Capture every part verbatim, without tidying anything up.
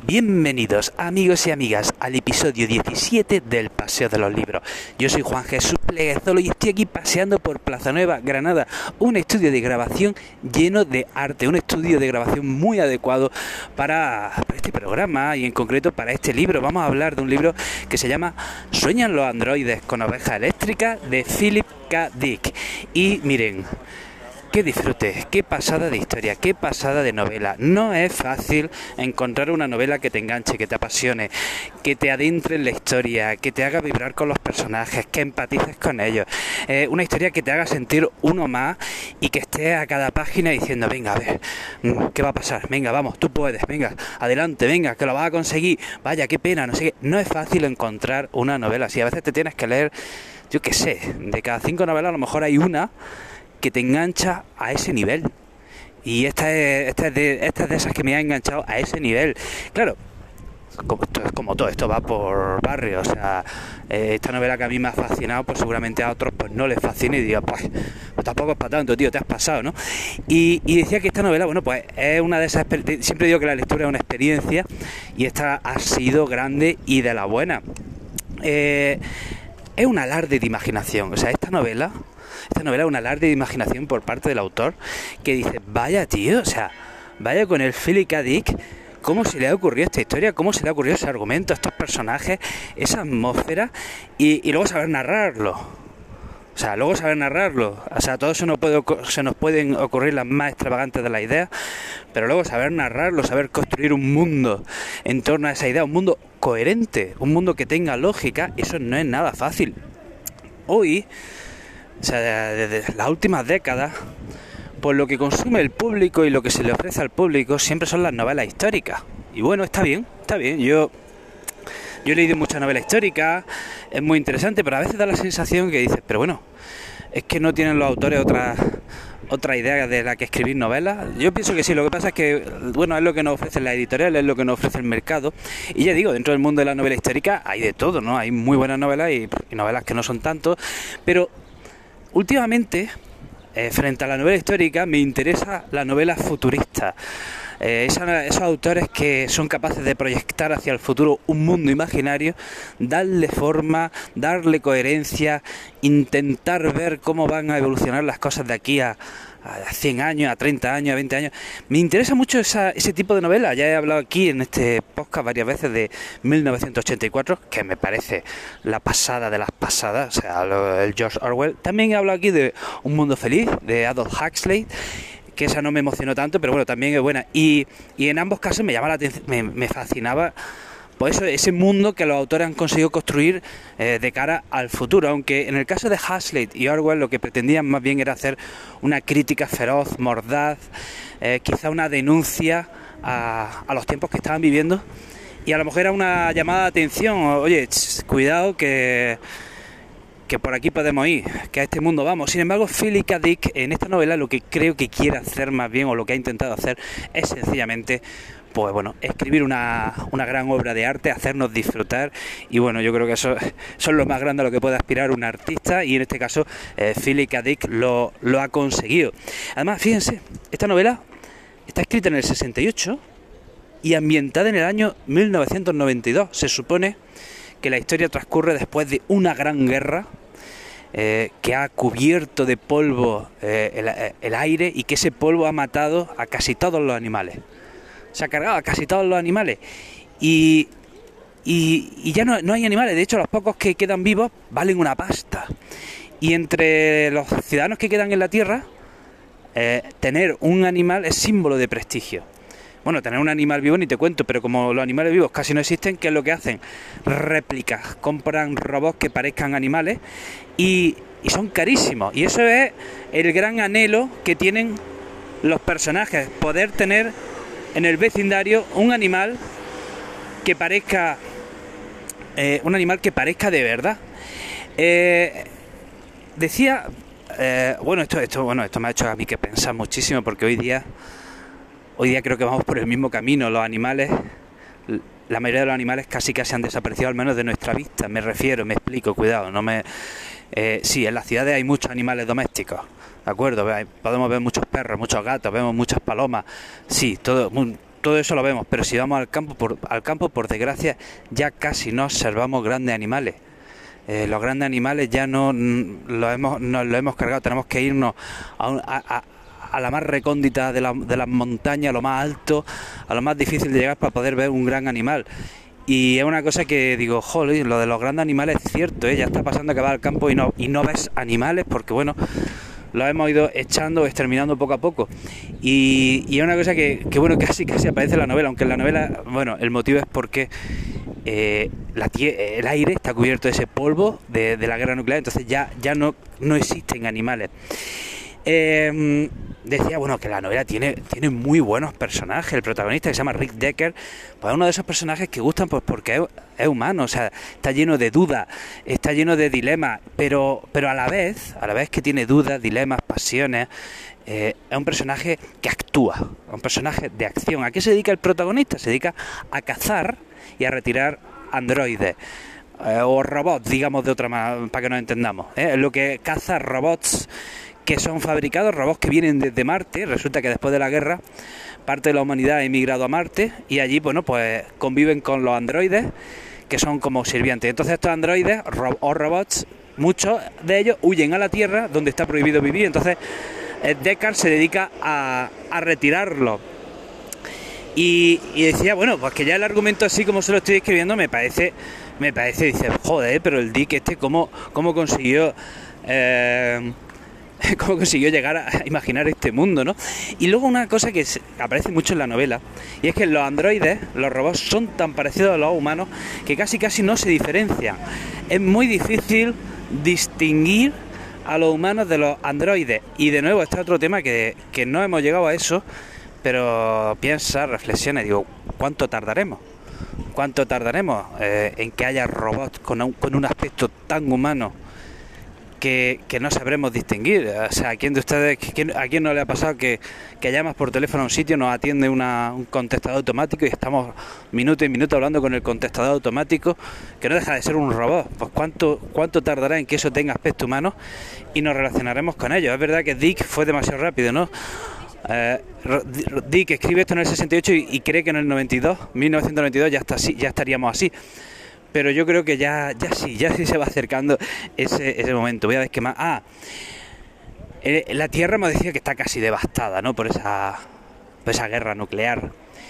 Bienvenidos amigos y amigas al episodio diecisiete del Paseo de los Libros. Yo soy Juan Jesús Pleguezolo y estoy aquí paseando por Plaza Nueva, Granada, un estudio de grabación lleno de arte, un estudio de grabación muy adecuado para, para este programa y en concreto para este libro. Vamos a hablar de un libro que se llama ¿Sueñan los androides con ovejas eléctricas? De Philip K. Dick. Y miren, qué disfrute, qué pasada de historia, qué pasada de novela. No es fácil encontrar una novela que te enganche, que te apasione, que te adentre en la historia, que te haga vibrar con los personajes, que empatices con ellos. Eh, una historia que te haga sentir uno más y que estés a cada página diciendo, venga, a ver, ¿qué va a pasar? Venga, vamos, tú puedes, venga, adelante, venga, que lo vas a conseguir. Vaya, qué pena, no sé qué. No es fácil encontrar una novela así. A veces te tienes que leer, yo qué sé, de cada cinco novelas a lo mejor hay una que te engancha a ese nivel. Y esta es, esta es, de, esta es de esas que me ha enganchado a ese nivel. Claro, como, como todo esto va por barrio. O sea, eh, esta novela que a mí me ha fascinado, pues seguramente a otros pues no les fascina y diga, pues, pues tampoco es para tanto, tío, te has pasado, ¿no? Y, y decía que esta novela, bueno, pues es una de esas... Siempre digo que la lectura es una experiencia y esta ha sido grande y de la buena. Eh, es un alarde de imaginación. O sea, esta novela... Esta novela es un alarde de imaginación por parte del autor que dice, vaya tío, o sea, vaya con el Philip K. Dick, cómo se le ha ocurrido esta historia, cómo se le ha ocurrido ese argumento, estos personajes, esa atmósfera y, y luego saber narrarlo. O sea, luego saber narrarlo. O sea, todo eso no puede, se nos pueden ocurrir las más extravagantes de las ideas, pero luego saber narrarlo, saber construir un mundo en torno a esa idea, un mundo coherente, un mundo que tenga lógica, eso no es nada fácil. Hoy... O sea, desde las últimas décadas, pues lo que consume el público y lo que se le ofrece al público siempre son las novelas históricas. Y bueno, está bien, está bien. Yo, yo he leído muchas novelas históricas, es muy interesante, pero a veces da la sensación que dices, pero bueno, es que no tienen los autores otra, otra idea de la que escribir novelas. Yo pienso que sí, lo que pasa es que, bueno, es lo que nos ofrecen las editoriales, es lo que nos ofrece el mercado. Y ya digo, dentro del mundo de la novela histórica hay de todo, ¿no? Hay muy buenas novelas y, y novelas que no son tanto, pero... Últimamente, eh, frente a la novela histórica, me interesa la novela futurista. Eh, esa, esos autores que son capaces de proyectar hacia el futuro un mundo imaginario, darle forma, darle coherencia, intentar ver cómo van a evolucionar las cosas de aquí a, a cien años, a treinta años, a veinte años. Me interesa mucho esa, ese tipo de novela. Ya he hablado aquí en este podcast varias veces de mil novecientos ochenta y cuatro, que me parece la pasada de las pasadas, o sea, lo, el George Orwell. También he hablado aquí de Un mundo feliz, de Aldous Huxley, que esa no me emocionó tanto, pero bueno, también es buena. Y, y en ambos casos me llama la atención, me, me fascinaba pues eso, ese mundo que los autores han conseguido construir eh, de cara al futuro, aunque en el caso de Huxley y Orwell lo que pretendían más bien era hacer una crítica feroz, mordaz, eh, quizá una denuncia a, a los tiempos que estaban viviendo, y a lo mejor era una llamada de atención, oye, ch, cuidado que... que por aquí podemos ir, que a este mundo vamos. Sin embargo, Philip K. Dick en esta novela lo que creo que quiere hacer más bien, o lo que ha intentado hacer, es sencillamente, pues bueno, escribir una, una gran obra de arte, hacernos disfrutar, y bueno, yo creo que eso, eso es lo más grande a lo que puede aspirar un artista, y en este caso eh, Philip K. Dick lo, lo ha conseguido. Además, fíjense, esta novela está escrita en el sesenta y ocho y ambientada en el año mil novecientos noventa y dos. Se supone que la historia transcurre después de una gran guerra eh, que ha cubierto de polvo eh, el, el aire, y que ese polvo ha matado a casi todos los animales. Se ha cargado a casi todos los animales. Y, y, y ya no, no hay animales. De hecho, los pocos que quedan vivos valen una pasta. Y entre los ciudadanos que quedan en la Tierra, eh, tener un animal es símbolo de prestigio. Bueno, tener un animal vivo ni te cuento, pero como los animales vivos casi no existen, ¿qué es lo que hacen? Réplicas, compran robots que parezcan animales y, y son carísimos. Y eso es el gran anhelo que tienen los personajes, poder tener en el vecindario un animal que parezca, eh, un animal que parezca de verdad. Eh, decía, eh, bueno, esto, esto, bueno, esto me ha hecho a mí que pensar muchísimo, porque hoy día... Hoy día creo que vamos por el mismo camino. Los animales, la mayoría de los animales casi casi han desaparecido, al menos de nuestra vista. Me refiero, me explico, cuidado, no me... Eh, sí, en las ciudades hay muchos animales domésticos, ¿de acuerdo? Podemos ver muchos perros, muchos gatos, vemos muchas palomas. Sí, todo, todo eso lo vemos, pero si vamos al campo, por, al campo, por desgracia, ya casi no observamos grandes animales. Eh, los grandes animales ya no los hemos, nos los hemos cargado, tenemos que irnos a, un, a, a, a la más recóndita de, la, de las montañas, a lo más alto, a lo más difícil de llegar para poder ver un gran animal. Y es una cosa que digo, joder, lo de los grandes animales es cierto, ¿eh? Ya está pasando que vas al campo y no, y no ves animales porque, bueno, los hemos ido echando, exterminando poco a poco. Y, y es una cosa que, que, bueno, casi casi aparece en la novela, aunque en la novela, bueno, el motivo es porque eh, la tie el aire está cubierto de ese polvo de, de la guerra nuclear, entonces ya, ya no, no existen animales. Eh, decía, bueno, que la novela tiene, tiene muy buenos personajes. El protagonista, que se llama Rick Deckard, pues es uno de esos personajes que gustan pues porque es, es humano, o sea, está lleno de dudas, está lleno de dilemas, pero, pero a la vez, a la vez que tiene dudas, dilemas, pasiones, eh, es un personaje que actúa, un personaje de acción. ¿A qué se dedica el protagonista? Se dedica a cazar y a retirar androides. Eh, o robots, digamos de otra manera, para que nos entendamos. ¿eh? Lo que caza robots que son fabricados, robots que vienen desde Marte. Resulta que después de la guerra parte de la humanidad ha emigrado a Marte y allí, bueno, pues conviven con los androides, que son como sirvientes. Entonces estos androides ro o robots, muchos de ellos huyen a la Tierra, donde está prohibido vivir. Entonces eh, Deckard se dedica a, a retirarlos. Y, y decía, bueno, pues que ya el argumento así como se lo estoy escribiendo me parece, me parece, dice, joder, pero el Dick este, ¿cómo, cómo consiguió... Eh, cómo consiguió llegar a imaginar este mundo, ¿no? Y luego una cosa que aparece mucho en la novela, y es que los androides, los robots, son tan parecidos a los humanos que casi casi no se diferencian. Es muy difícil distinguir a los humanos de los androides. Y de nuevo está otro tema que, que no hemos llegado a eso, pero piensa, reflexiona y digo, ¿cuánto tardaremos? ¿Cuánto tardaremos eh, en que haya robots con un, con un aspecto tan humano Que, que no sabremos distinguir? O sea, ¿a quién de ustedes, quién, a quién no le ha pasado que, que llamas por teléfono a un sitio, nos atiende una, un contestador automático y estamos minuto y minuto hablando con el contestador automático, que no deja de ser un robot? Pues ¿cuánto, cuánto tardará en que eso tenga aspecto humano y nos relacionaremos con ellos? Es verdad que Dick fue demasiado rápido, ¿no? Eh, Dick escribe esto en el sesenta y ocho y, y cree que en el noventa y dos, mil novecientos noventa y dos ya, está así, ya estaríamos así. Pero yo creo que ya, ya sí, ya sí se va acercando ese, ese momento. Voy a ver qué más. Ah, eh, la Tierra hemos decidido que está casi devastada, ¿no? Por esa, por esa guerra nuclear.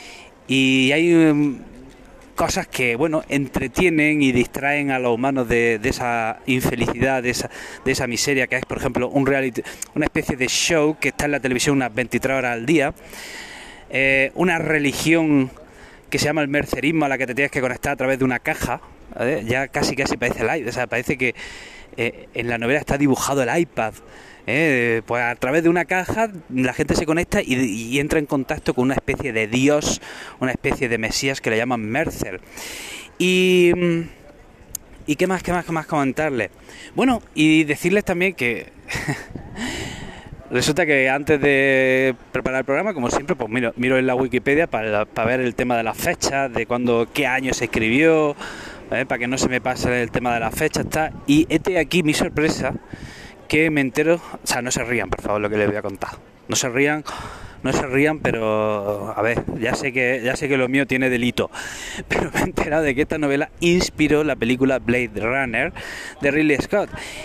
Y hay um, cosas que, bueno, entretienen y distraen a los humanos de, de esa infelicidad, de esa, de esa miseria que es, por ejemplo, un reality, una especie de show que está en la televisión unas veintitrés horas al día. Eh, una religión que se llama el mercerismo, a la que te tienes que conectar a través de una caja, ¿vale? Ya casi casi parece el iPad, o sea, parece que eh, en la novela está dibujado el iPad, ¿eh? Pues a través de una caja la gente se conecta y, y entra en contacto con una especie de dios, una especie de mesías que le llaman Mercer. Y... ¿Y qué más, qué más, qué más comentarles? Bueno, y decirles también que... Resulta que antes de preparar el programa, como siempre, pues miro, miro en la Wikipedia para, para ver el tema de las fechas, de cuándo, qué año se escribió, ¿eh? Para que no se me pase el tema de las fechas, está. Y este aquí mi sorpresa, que me entero, o sea, no se rían, por favor, lo que les voy a contar. No se rían, no se rían, pero a ver, ya sé que ya sé que lo mío tiene delito, pero me he enterado de que esta novela inspiró la película Blade Runner de Ridley Scott.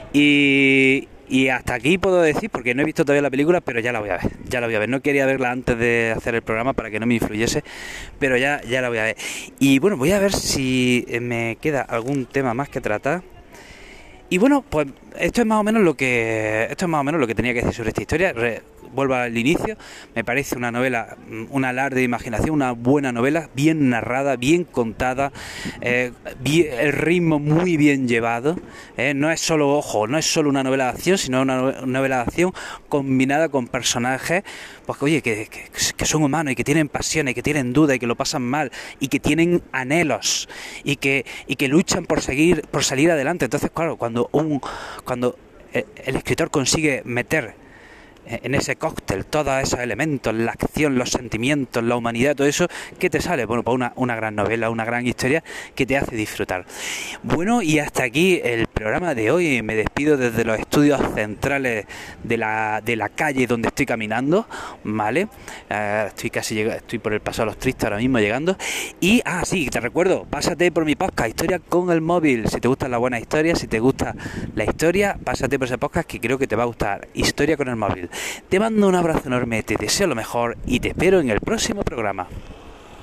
Y Y hasta aquí puedo decir, porque no he visto todavía la película, pero ya la voy a ver, ya la voy a ver. No quería verla antes de hacer el programa para que no me influyese, pero ya, ya la voy a ver. Y bueno, voy a ver si me queda algún tema más que tratar. Y bueno, pues esto es más o menos lo que esto es más o menos lo que tenía que decir sobre esta historia. Re, vuelvo al inicio, me parece una novela, un alarde de imaginación, una buena novela, bien narrada, bien contada, eh, bien, el ritmo muy bien llevado, eh, no es solo, ojo, no es solo una novela de acción, sino una novela de acción combinada con personajes, pues oye, que, que, que son humanos y que tienen pasiones, y que tienen dudas y que lo pasan mal y que tienen anhelos y que, y que luchan por seguir, por salir adelante. Entonces, claro, cuando un, cuando el escritor consigue meter en ese cóctel, todos esos elementos, la acción, los sentimientos, la humanidad, todo eso, ¿qué te sale? Bueno, pues una, una gran novela, una gran historia que te hace disfrutar. Bueno, y hasta aquí el programa de hoy. Me despido desde los estudios centrales de la, de la calle donde estoy caminando, ¿vale? Uh, estoy casi llegando, estoy por el Paso de los Tristes ahora mismo llegando. Y, ah, sí, te recuerdo, pásate por mi podcast, Historia con el Móvil. Si te gustan las buenas historias, si te gusta la historia, pásate por ese podcast que creo que te va a gustar. Historia con el Móvil. Te mando un abrazo enorme, te deseo lo mejor y te espero en el próximo programa.